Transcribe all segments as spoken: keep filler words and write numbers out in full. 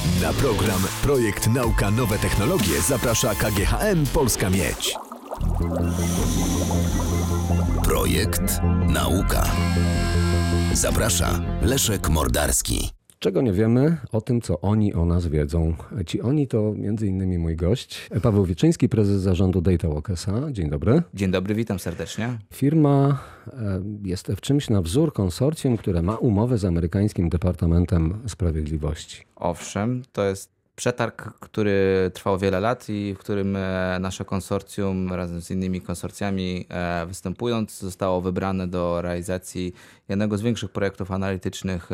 Na program Projekt Nauka Nowe Technologie zaprasza K G H M Polska Miedź. Projekt Nauka. Zaprasza Leszek Mordarski. Czego nie wiemy o tym, co oni o nas wiedzą. Ci oni to między innymi mój gość, Paweł Wieczyński, prezes zarządu DataWalkesa. Dzień dobry. Dzień dobry, witam serdecznie. Firma jest w czymś na wzór konsorcjum, które ma umowę z amerykańskim Departamentem Sprawiedliwości. Owszem, to jest przetarg, który trwał wiele lat i w którym nasze konsorcjum razem z innymi konsorcjami występując zostało wybrane do realizacji jednego z większych projektów analitycznych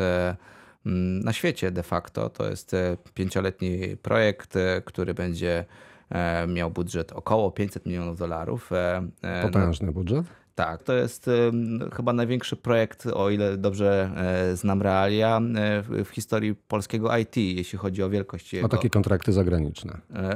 na świecie de facto. To jest pięcioletni projekt, który będzie miał budżet około pięćset milionów dolarów. Potężny budżet? Tak, to jest chyba największy projekt, o ile dobrze znam realia, w historii polskiego I T, jeśli chodzi o wielkość jego. O takie kontrakty zagraniczne.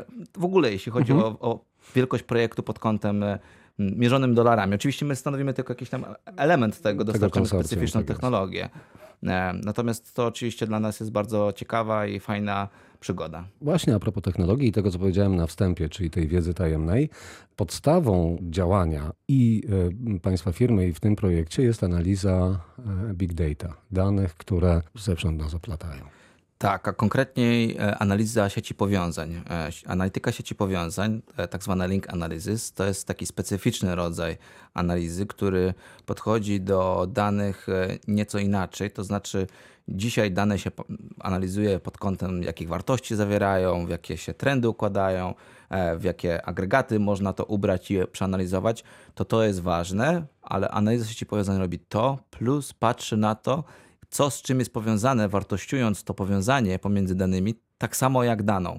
W ogóle, jeśli chodzi mhm. o, o wielkość projektu pod kątem mierzonym dolarami. Oczywiście my stanowimy tylko jakiś tam element tego, dostarczamy specyficzną tak technologię. Natomiast to oczywiście dla nas jest bardzo ciekawa i fajna przygoda. Właśnie a propos technologii i tego, co powiedziałem na wstępie, czyli tej wiedzy tajemnej, podstawą działania i y, państwa firmy i w tym projekcie jest analiza y, big data, danych, które zewsząd nas oplatają. Tak, a konkretniej analiza sieci powiązań. Analityka sieci powiązań, tak zwana link analysis, to jest taki specyficzny rodzaj analizy, który podchodzi do danych nieco inaczej. To znaczy dzisiaj dane się analizuje pod kątem, jakich wartości zawierają, w jakie się trendy układają, w jakie agregaty można to ubrać i przeanalizować. To to jest ważne, ale analiza sieci powiązań robi to, plus patrzy na to, co z czym jest powiązane, wartościując to powiązanie pomiędzy danymi, tak samo jak daną.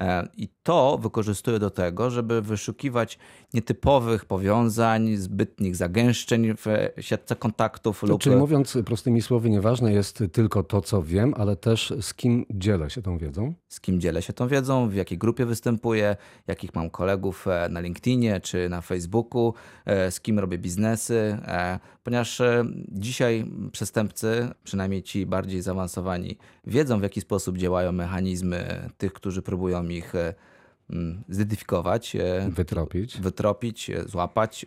I to wykorzystuje do tego, żeby wyszukiwać nietypowych powiązań, zbytnich zagęszczeń w siatce kontaktów. To, lub... Czyli mówiąc prostymi słowy, nieważne jest tylko to, co wiem, ale też z kim dzielę się tą wiedzą? Z kim dzielę się tą wiedzą, w jakiej grupie występuję, jakich mam kolegów na LinkedInie czy na Facebooku, z kim robię biznesy. Ponieważ dzisiaj przestępcy, przynajmniej ci bardziej zaawansowani, wiedzą, w jaki sposób działają mechanizmy tych, którzy próbują ich zidentyfikować, wytropić. wytropić, złapać,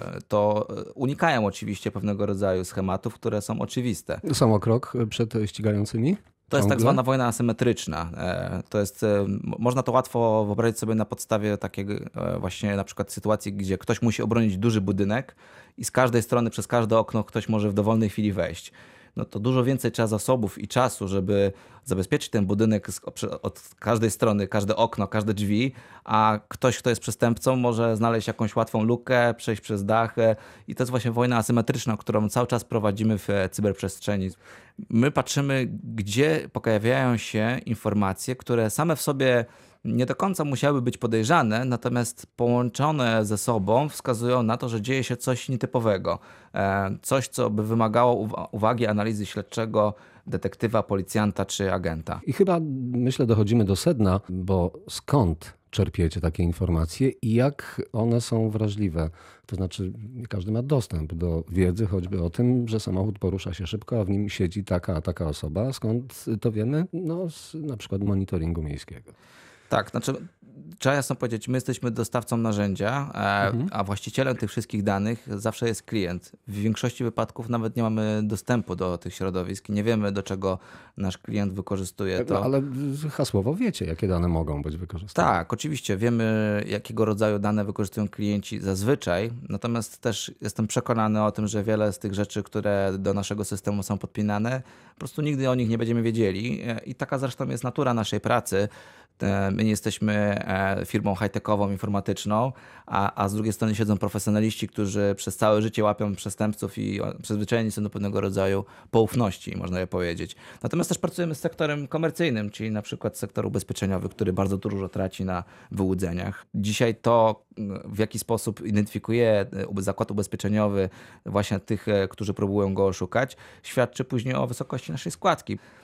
to unikają oczywiście pewnego rodzaju schematów, które są oczywiste. Są o krok przed ścigającymi? To jest tak zwana wojna asymetryczna. To jest, można to łatwo wyobrazić sobie na podstawie takiej właśnie na przykład sytuacji, gdzie ktoś musi obronić duży budynek i z każdej strony, przez każde okno ktoś może w dowolnej chwili wejść. No to dużo więcej trzeba zasobów i czasu, żeby zabezpieczyć ten budynek od każdej strony, każde okno, każde drzwi, a ktoś, kto jest przestępcą, może znaleźć jakąś łatwą lukę, przejść przez dach i to jest właśnie wojna asymetryczna, którą cały czas prowadzimy w cyberprzestrzeni. My patrzymy, gdzie pojawiają się informacje, które same w sobie nie do końca musiały być podejrzane, natomiast połączone ze sobą wskazują na to, że dzieje się coś nietypowego. Coś, co by wymagało uwagi, analizy śledczego, detektywa, policjanta czy agenta. I chyba, myślę, dochodzimy do sedna, bo skąd czerpiecie takie informacje i jak one są wrażliwe? To znaczy, nie każdy ma dostęp do wiedzy, choćby o tym, że samochód porusza się szybko, a w nim siedzi taka, a taka osoba. Skąd to wiemy? No, z na przykład monitoringu miejskiego. Tak, znaczy trzeba jasno powiedzieć, my jesteśmy dostawcą narzędzia, mhm. a właścicielem tych wszystkich danych zawsze jest klient. W większości wypadków nawet nie mamy dostępu do tych środowisk i nie wiemy, do czego nasz klient wykorzystuje to. No, ale hasłowo wiecie, jakie dane mogą być wykorzystane. Tak, oczywiście wiemy, jakiego rodzaju dane wykorzystują klienci zazwyczaj, natomiast też jestem przekonany o tym, że wiele z tych rzeczy, które do naszego systemu są podpinane, po prostu nigdy o nich nie będziemy wiedzieli i taka zresztą jest natura naszej pracy. My nie jesteśmy firmą high-techową, informatyczną, a, a z drugiej strony siedzą profesjonaliści, którzy przez całe życie łapią przestępców i przyzwyczajeni są do pewnego rodzaju poufności, można je powiedzieć. Natomiast też pracujemy z sektorem komercyjnym, czyli na przykład sektor ubezpieczeniowy, który bardzo dużo traci na wyłudzeniach. Dzisiaj to, w jaki sposób identyfikuje zakład ubezpieczeniowy właśnie tych, którzy próbują go oszukać, świadczy później o wysokości naszej składki.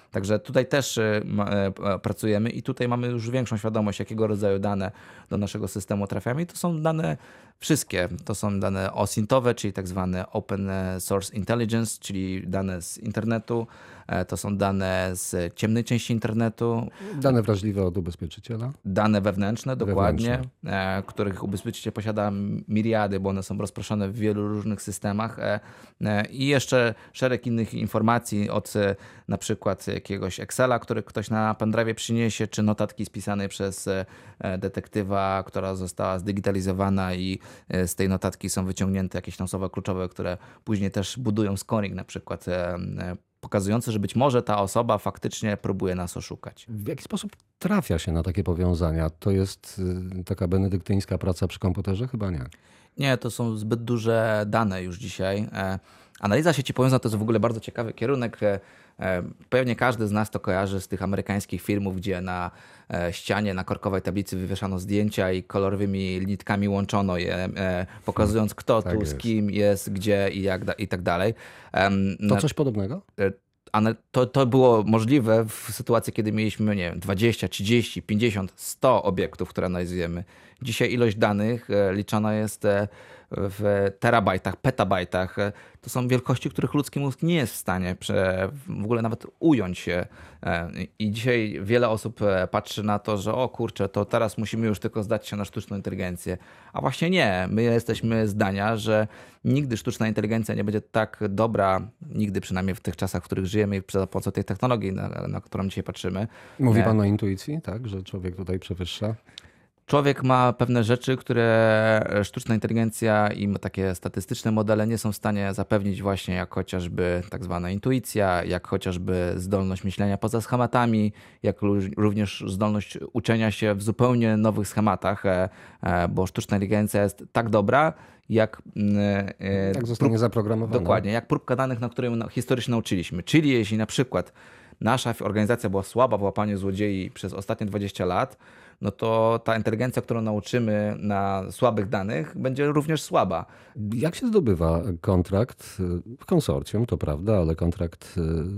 Także tutaj też pracujemy i tutaj mamy już większą świadomość, jakiego rodzaju dane do naszego systemu trafiają. I to są dane wszystkie. To są dane osintowe, czyli tak zwane Open Source Intelligence, czyli dane z internetu. To są dane z ciemnej części internetu. Dane wrażliwe od ubezpieczyciela. Dane wewnętrzne, dokładnie, Wewnętrzne. których ubezpieczyciel posiada miliardy, bo one są rozproszone w wielu różnych systemach. I jeszcze szereg innych informacji od na przykład jakiegoś Excela, który ktoś na pendrive przyniesie, czy notatki spisanej przez detektywa, która została zdigitalizowana i z tej notatki są wyciągnięte jakieś tam słowa kluczowe, które później też budują scoring na przykład, pokazujący, że być może ta osoba faktycznie próbuje nas oszukać. W jaki sposób trafia się na takie powiązania? To jest taka benedyktyńska praca przy komputerze? Chyba nie. Nie, to są zbyt duże dane już dzisiaj. Analiza sieci powiązań to jest w ogóle bardzo ciekawy kierunek. Pewnie każdy z nas to kojarzy z tych amerykańskich filmów, gdzie na ścianie, na korkowej tablicy wywieszano zdjęcia i kolorowymi nitkami łączono je, pokazując kto tak tu, jest. z kim jest, gdzie i, jak, i tak dalej. To coś podobnego? Ale to, to było możliwe w sytuacji, kiedy mieliśmy, nie wiem, dwadzieścia, trzydzieści, pięćdziesiąt, sto obiektów, które analizujemy. Dzisiaj ilość danych liczona jest w terabajtach, petabajtach. To są wielkości, których ludzki mózg nie jest w stanie w ogóle nawet ująć się. I dzisiaj wiele osób patrzy na to, że o kurczę, to teraz musimy już tylko zdać się na sztuczną inteligencję. A właśnie nie. My jesteśmy zdania, że nigdy sztuczna inteligencja nie będzie tak dobra, nigdy przynajmniej w tych czasach, w których żyjemy i za pomocą tej technologii, na, na którą dzisiaj patrzymy. Mówi pan o intuicji, tak? Że człowiek tutaj przewyższa? Człowiek ma pewne rzeczy, które sztuczna inteligencja i takie statystyczne modele nie są w stanie zapewnić, właśnie jak chociażby tak zwana intuicja, jak chociażby zdolność myślenia poza schematami, jak również zdolność uczenia się w zupełnie nowych schematach, bo sztuczna inteligencja jest tak dobra, jak, jak zostanie prób... zaprogramowana. Dokładnie, jak próbka danych, na której historycznie nauczyliśmy. Czyli jeśli na przykład nasza organizacja była słaba w łapaniu złodziei przez ostatnie dwadzieścia lat, no to ta inteligencja, którą nauczymy na słabych danych, będzie również słaba. Jak się zdobywa kontrakt w konsorcjum, to prawda, ale kontrakt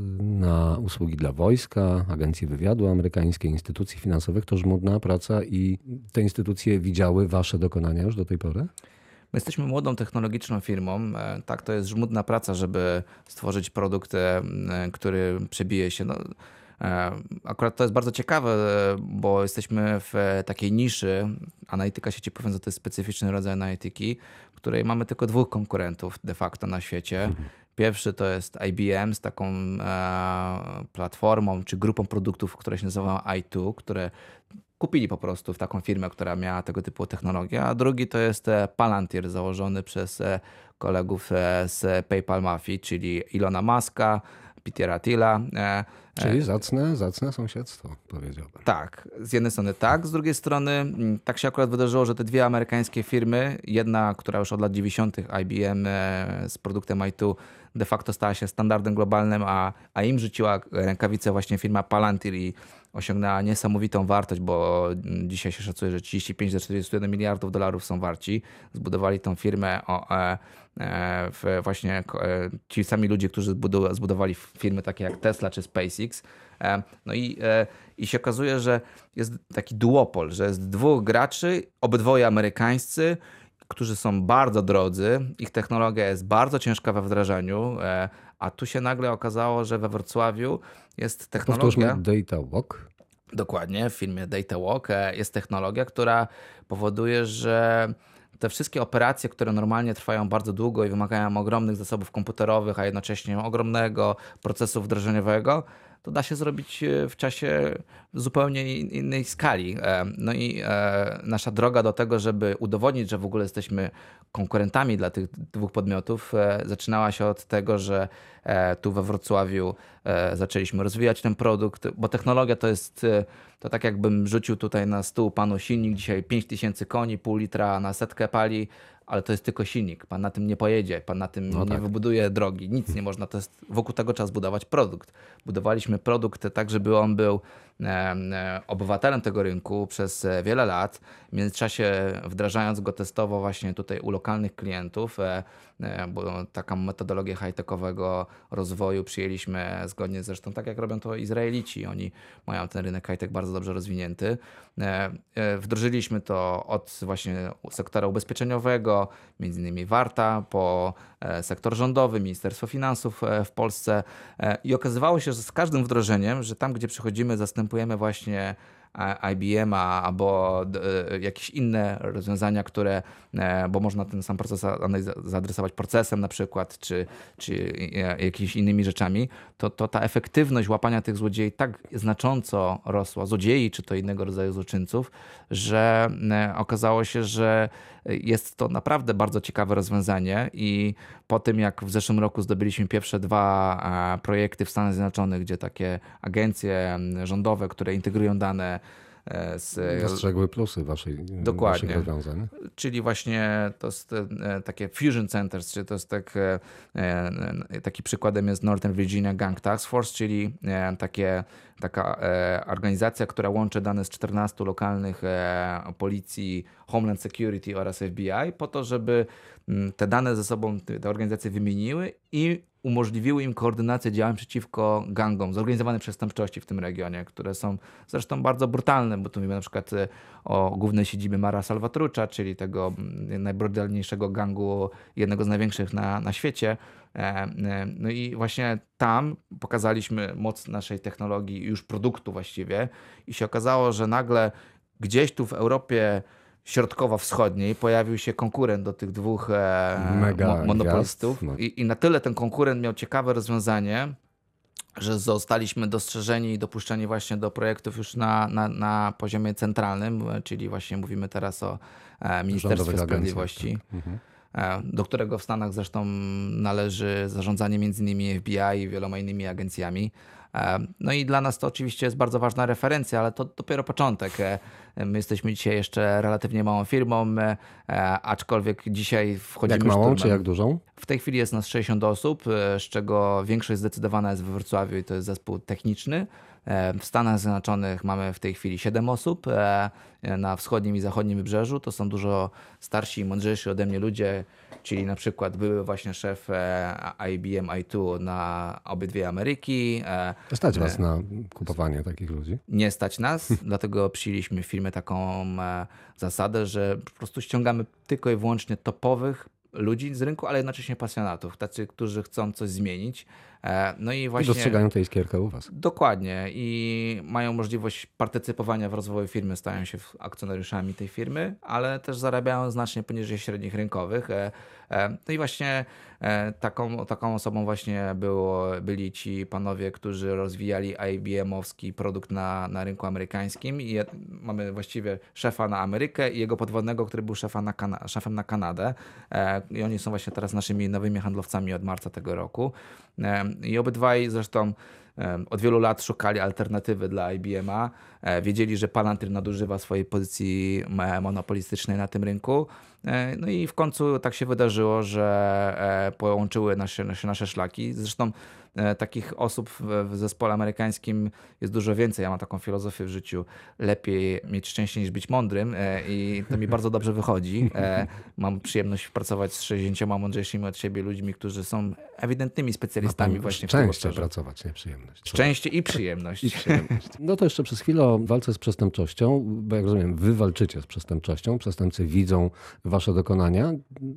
na usługi dla wojska, agencji wywiadu amerykańskiej, instytucji finansowych, to żmudna praca i te instytucje widziały wasze dokonania już do tej pory? My jesteśmy młodą technologiczną firmą. Tak, to jest żmudna praca, żeby stworzyć produkt, który przebije się. No, akurat to jest bardzo ciekawe, bo jesteśmy w takiej niszy. Analityka sieci powiązań to jest specyficzny rodzaj analityki, w której mamy tylko dwóch konkurentów de facto na świecie. Pierwszy to jest I B M z taką e, platformą czy grupą produktów, która się nazywa i two, które kupili po prostu w taką firmę, która miała tego typu technologię, a drugi to jest Palantir założony przez kolegów z PayPal Mafii, czyli Ilona Muska, Petera Thiela. Czyli zacne, zacne sąsiedztwo, powiedziałbym. Tak, z jednej strony tak, z drugiej strony tak się akurat wydarzyło, że te dwie amerykańskie firmy, jedna, która już od lat dziewięćdziesiątych I B M z produktem i two de facto stała się standardem globalnym, a, a im rzuciła rękawicę właśnie firma Palantir i osiągnęła niesamowitą wartość, bo dzisiaj się szacuje, że trzydzieści pięć do czterdziestu jeden miliardów dolarów są warci. Zbudowali tą firmę o, e, e, w właśnie e, ci sami ludzie, którzy zbudow- zbudowali firmy takie jak Tesla czy SpaceX. E, no i, e, i się okazuje, że jest taki duopol, że jest dwóch graczy, obydwoje amerykańscy, którzy są bardzo drodzy, ich technologia jest bardzo ciężka we wdrażaniu, e, a tu się nagle okazało, że we Wrocławiu jest technologia... Powtórzmy, Data Walk. Dokładnie, w filmie Data Walk jest technologia, która powoduje, że te wszystkie operacje, które normalnie trwają bardzo długo i wymagają ogromnych zasobów komputerowych, a jednocześnie ogromnego procesu wdrożeniowego, to da się zrobić w czasie zupełnie innej skali. No i nasza droga do tego, żeby udowodnić, że w ogóle jesteśmy konkurentami dla tych dwóch podmiotów, zaczynała się od tego, że tu we Wrocławiu zaczęliśmy rozwijać ten produkt, bo technologia to jest, to tak jakbym rzucił tutaj na stół panu silnik, dzisiaj pięć tysięcy koni, pół litra na setkę pali, ale to jest tylko silnik. Pan na tym nie pojedzie, pan na tym no nie tak. wybuduje drogi, nic nie można. To jest, wokół tego trzeba zbudować produkt. Budowaliśmy produkt tak, żeby on był obywatelem tego rynku przez wiele lat. W międzyczasie wdrażając go testowo właśnie tutaj u lokalnych klientów, bo taką metodologię high-techowego rozwoju przyjęliśmy zgodnie zresztą tak jak robią to Izraelici. Oni mają ten rynek high-tech bardzo dobrze rozwinięty. Wdrożyliśmy to od właśnie sektora ubezpieczeniowego, między innymi Warta, po sektor rządowy, Ministerstwo Finansów w Polsce i okazywało się, że z każdym wdrożeniem, że tam gdzie przychodzimy zastępujemy właśnie I B M albo jakieś inne rozwiązania, które, bo można ten sam proces zaadresować procesem na przykład, czy, czy jakimiś innymi rzeczami, to, to ta efektywność łapania tych złodziei tak znacząco rosła, złodziei czy to innego rodzaju złoczyńców, że okazało się, że jest to naprawdę bardzo ciekawe rozwiązanie i po tym jak w zeszłym roku zdobyliśmy pierwsze dwa projekty w Stanach Zjednoczonych, gdzie takie agencje rządowe, które integrują dane z... Dostrzegły plusy waszej, Dokładnie. waszych rozwiązań. Czyli właśnie to jest takie fusion centers, czyli to jest tak, taki przykładem jest Northern Virginia Gang Task Force, czyli takie, taka organizacja, która łączy dane z czternastu lokalnych policji, Homeland Security oraz F B I po to, żeby te dane ze sobą te organizacje wymieniły i umożliwiły im koordynację działań przeciwko gangom, zorganizowanej przestępczości w tym regionie, które są zresztą bardzo brutalne, bo tu mówimy na przykład o głównej siedzibie Mara Salvatrucha, czyli tego najbrutalniejszego gangu, jednego z największych na, na świecie. No i właśnie tam pokazaliśmy moc naszej technologii, już produktu właściwie i się okazało, że nagle gdzieś tu w Europie środkowo-wschodniej pojawił się konkurent do tych dwóch Mega mo- monopolistów gwiazd, no. I, i na tyle ten konkurent miał ciekawe rozwiązanie, że zostaliśmy dostrzeżeni i dopuszczeni właśnie do projektów już na, na, na poziomie centralnym, czyli właśnie mówimy teraz o Ministerstwie Rządowych Sprawiedliwości. agencjach, tak. Mhm. Do którego w Stanach zresztą należy zarządzanie między innymi F B I i wieloma innymi agencjami. No i dla nas to oczywiście jest bardzo ważna referencja, ale to dopiero początek. My jesteśmy dzisiaj jeszcze relatywnie małą firmą, aczkolwiek dzisiaj wchodzimy... Jak małą, szturmem. czy jak dużą? W tej chwili jest nas sześćdziesiąt osób, z czego większość zdecydowana jest we Wrocławiu i to jest zespół techniczny. W Stanach Zjednoczonych mamy w tej chwili siedem osób, na wschodnim i zachodnim wybrzeżu. To są dużo starsi i mądrzejsi ode mnie ludzie, czyli na przykład były właśnie szef I B M I dwa na obydwie Ameryki. Stać was na kupowanie takich ludzi? Nie stać nas, dlatego przyjęliśmy w firmie taką zasadę, że po prostu ściągamy tylko i wyłącznie topowych ludzi z rynku, ale jednocześnie pasjonatów, tacy, którzy chcą coś zmienić. No i właśnie... I dostrzegają tę iskierkę u was. Dokładnie i mają możliwość partycypowania w rozwoju firmy, stają się akcjonariuszami tej firmy, ale też zarabiają znacznie poniżej średnich rynkowych. No i właśnie taką, taką osobą właśnie było, byli ci panowie, którzy rozwijali I B M-owski produkt na, na rynku amerykańskim i mamy właściwie szefa na Amerykę i jego podwodnego, który był szefa na Kana- szefem na Kanadę i oni są właśnie teraz naszymi nowymi handlowcami od marca tego roku. I obydwaj zresztą od wielu lat szukali alternatywy dla I B M-a. Wiedzieli, że Palantir nadużywa swojej pozycji monopolistycznej na tym rynku. No i w końcu tak się wydarzyło, że połączyły nasze, nasze, nasze szlaki. Zresztą takich osób w zespole amerykańskim jest dużo więcej. Ja mam taką filozofię w życiu. Lepiej mieć szczęście niż być mądrym i to mi bardzo dobrze wychodzi. Mam przyjemność pracować z sześćdziesięcioma mądrzejszymi od siebie ludźmi, którzy są ewidentnymi specjalistami właśnie w tym Szczęście obszarze. pracować, nie przyjemność. Szczęście i przyjemność. I przyjemność. No to jeszcze przez chwilę o walce z przestępczością, bo jak rozumiem, wy walczycie z przestępczością, przestępcy widzą wasze dokonania,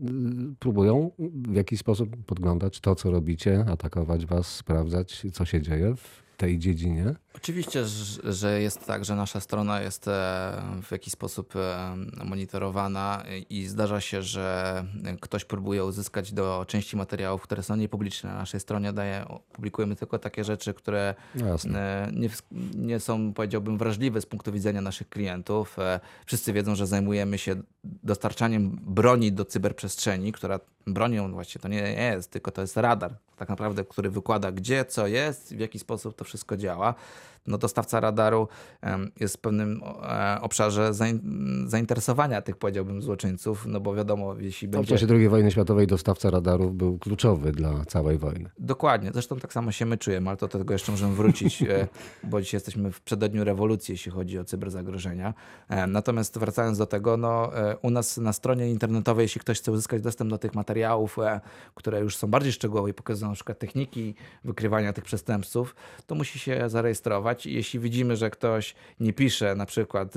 próbują w jakiś sposób podglądać to, co robicie, atakować was, sprawdzać, co się dzieje w tej dziedzinie? Oczywiście, że jest tak, że nasza strona jest w jakiś sposób monitorowana i zdarza się, że ktoś próbuje uzyskać do części materiałów, które są niepubliczne. Na naszej stronie daje, publikujemy tylko takie rzeczy, które No nie, nie są, powiedziałbym, wrażliwe z punktu widzenia naszych klientów. Wszyscy wiedzą, że zajmujemy się dostarczaniem broni do cyberprzestrzeni, która bronią właśnie to nie jest, tylko to jest radar tak naprawdę, który wykłada gdzie, co jest, w jaki sposób to wszystko działa. no dostawca radaru jest w pewnym obszarze zainteresowania tych, powiedziałbym, złoczyńców, no bo wiadomo, jeśli będzie... W czasie drugiej wojny światowej dostawca radarów był kluczowy dla całej wojny. Dokładnie, zresztą tak samo się my czujemy, ale to do tego jeszcze możemy wrócić, bo dzisiaj jesteśmy w przededniu rewolucji, jeśli chodzi o cyberzagrożenia. Natomiast wracając do tego, no u nas na stronie internetowej, jeśli ktoś chce uzyskać dostęp do tych materiałów, które już są bardziej szczegółowe i pokazują na przykład techniki wykrywania tych przestępców, to musi się zarejestrować. I jeśli widzimy, że ktoś nie pisze na przykład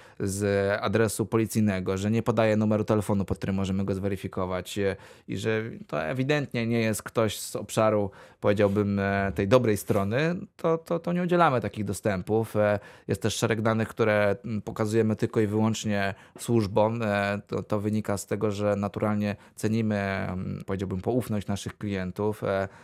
z adresu policyjnego, że nie podaje numeru telefonu, pod którym możemy go zweryfikować i że to ewidentnie nie jest ktoś z obszaru, powiedziałbym, tej dobrej strony, to, to, to nie udzielamy takich dostępów. Jest też szereg danych, które pokazujemy tylko i wyłącznie służbom. To, to wynika z tego, że naturalnie cenimy, powiedziałbym, poufność naszych klientów.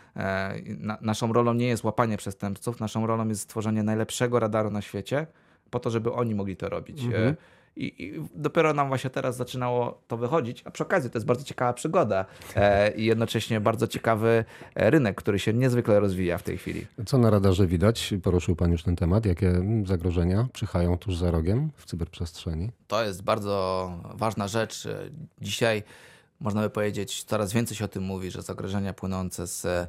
Na, naszą rolą nie jest łapanie przestępców, naszą rolą jest stworzenie najlepszego radaru na świecie, po to, żeby oni mogli to robić. Mhm. I, I dopiero nam właśnie teraz zaczynało to wychodzić, a przy okazji to jest bardzo ciekawa przygoda e, i jednocześnie bardzo ciekawy rynek, który się niezwykle rozwija w tej chwili. Co na radarze widać? Poruszył pan już ten temat. Jakie zagrożenia czyhają tuż za rogiem w cyberprzestrzeni? To jest bardzo ważna rzecz. Dzisiaj można by powiedzieć, coraz więcej się o tym mówi, że zagrożenia płynące z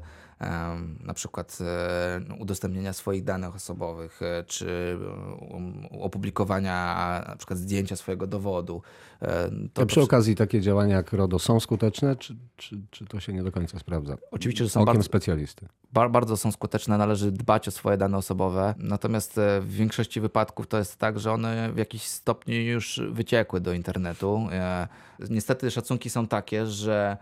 na przykład udostępnienia swoich danych osobowych, czy opublikowania na przykład zdjęcia swojego dowodu. To A przy to... okazji takie działania jak RODO są skuteczne, czy, czy, czy to się nie do końca sprawdza? Oczywiście, że są Okiem bardzo, specjalisty. Bardzo są skuteczne, należy dbać o swoje dane osobowe, natomiast w większości wypadków to jest tak, że one w jakiś stopniu już wyciekły do internetu. Niestety szacunki są takie, że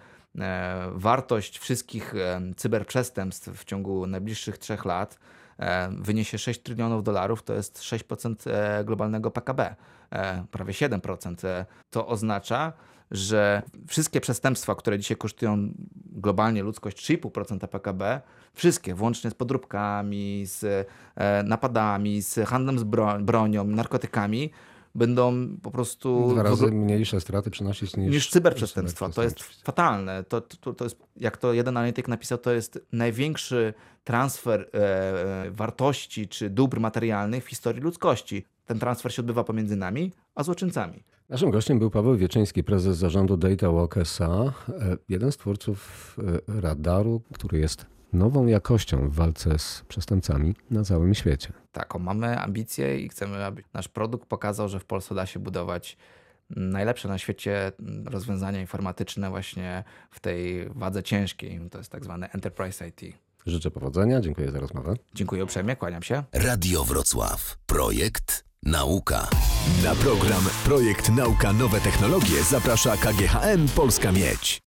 wartość wszystkich cyberprzestępstw w ciągu najbliższych trzech lat wyniesie sześć trylionów dolarów, to jest sześć procent globalnego P K B, prawie siedem procent. To oznacza, że wszystkie przestępstwa, które dzisiaj kosztują globalnie ludzkość trzy i pół procent P K B, wszystkie, włącznie z podróbkami, z napadami, z handlem z bronią, narkotykami, będą po prostu... Dwa razy ogóle... mniejsze straty przynosić niż, niż cyberprzestępstwa. To jest fatalne. To, to, to jest, jak to jeden analityk napisał, to jest największy transfer e, wartości czy dóbr materialnych w historii ludzkości. Ten transfer się odbywa pomiędzy nami a złoczyńcami. Naszym gościem był Paweł Wieczyński, prezes zarządu DataWalk S A, jeden z twórców radaru, który jest nową jakością w walce z przestępcami na całym świecie. Taką mamy ambicję i chcemy, aby nasz produkt pokazał, że w Polsce da się budować najlepsze na świecie rozwiązania informatyczne właśnie w tej wadze ciężkiej. To jest tak zwane Enterprise I T. Życzę powodzenia, dziękuję za rozmowę. Dziękuję uprzejmie, kłaniam się. Radio Wrocław. Projekt Nauka. Na program Projekt Nauka Nowe Technologie zaprasza K G H M Polska Miedź.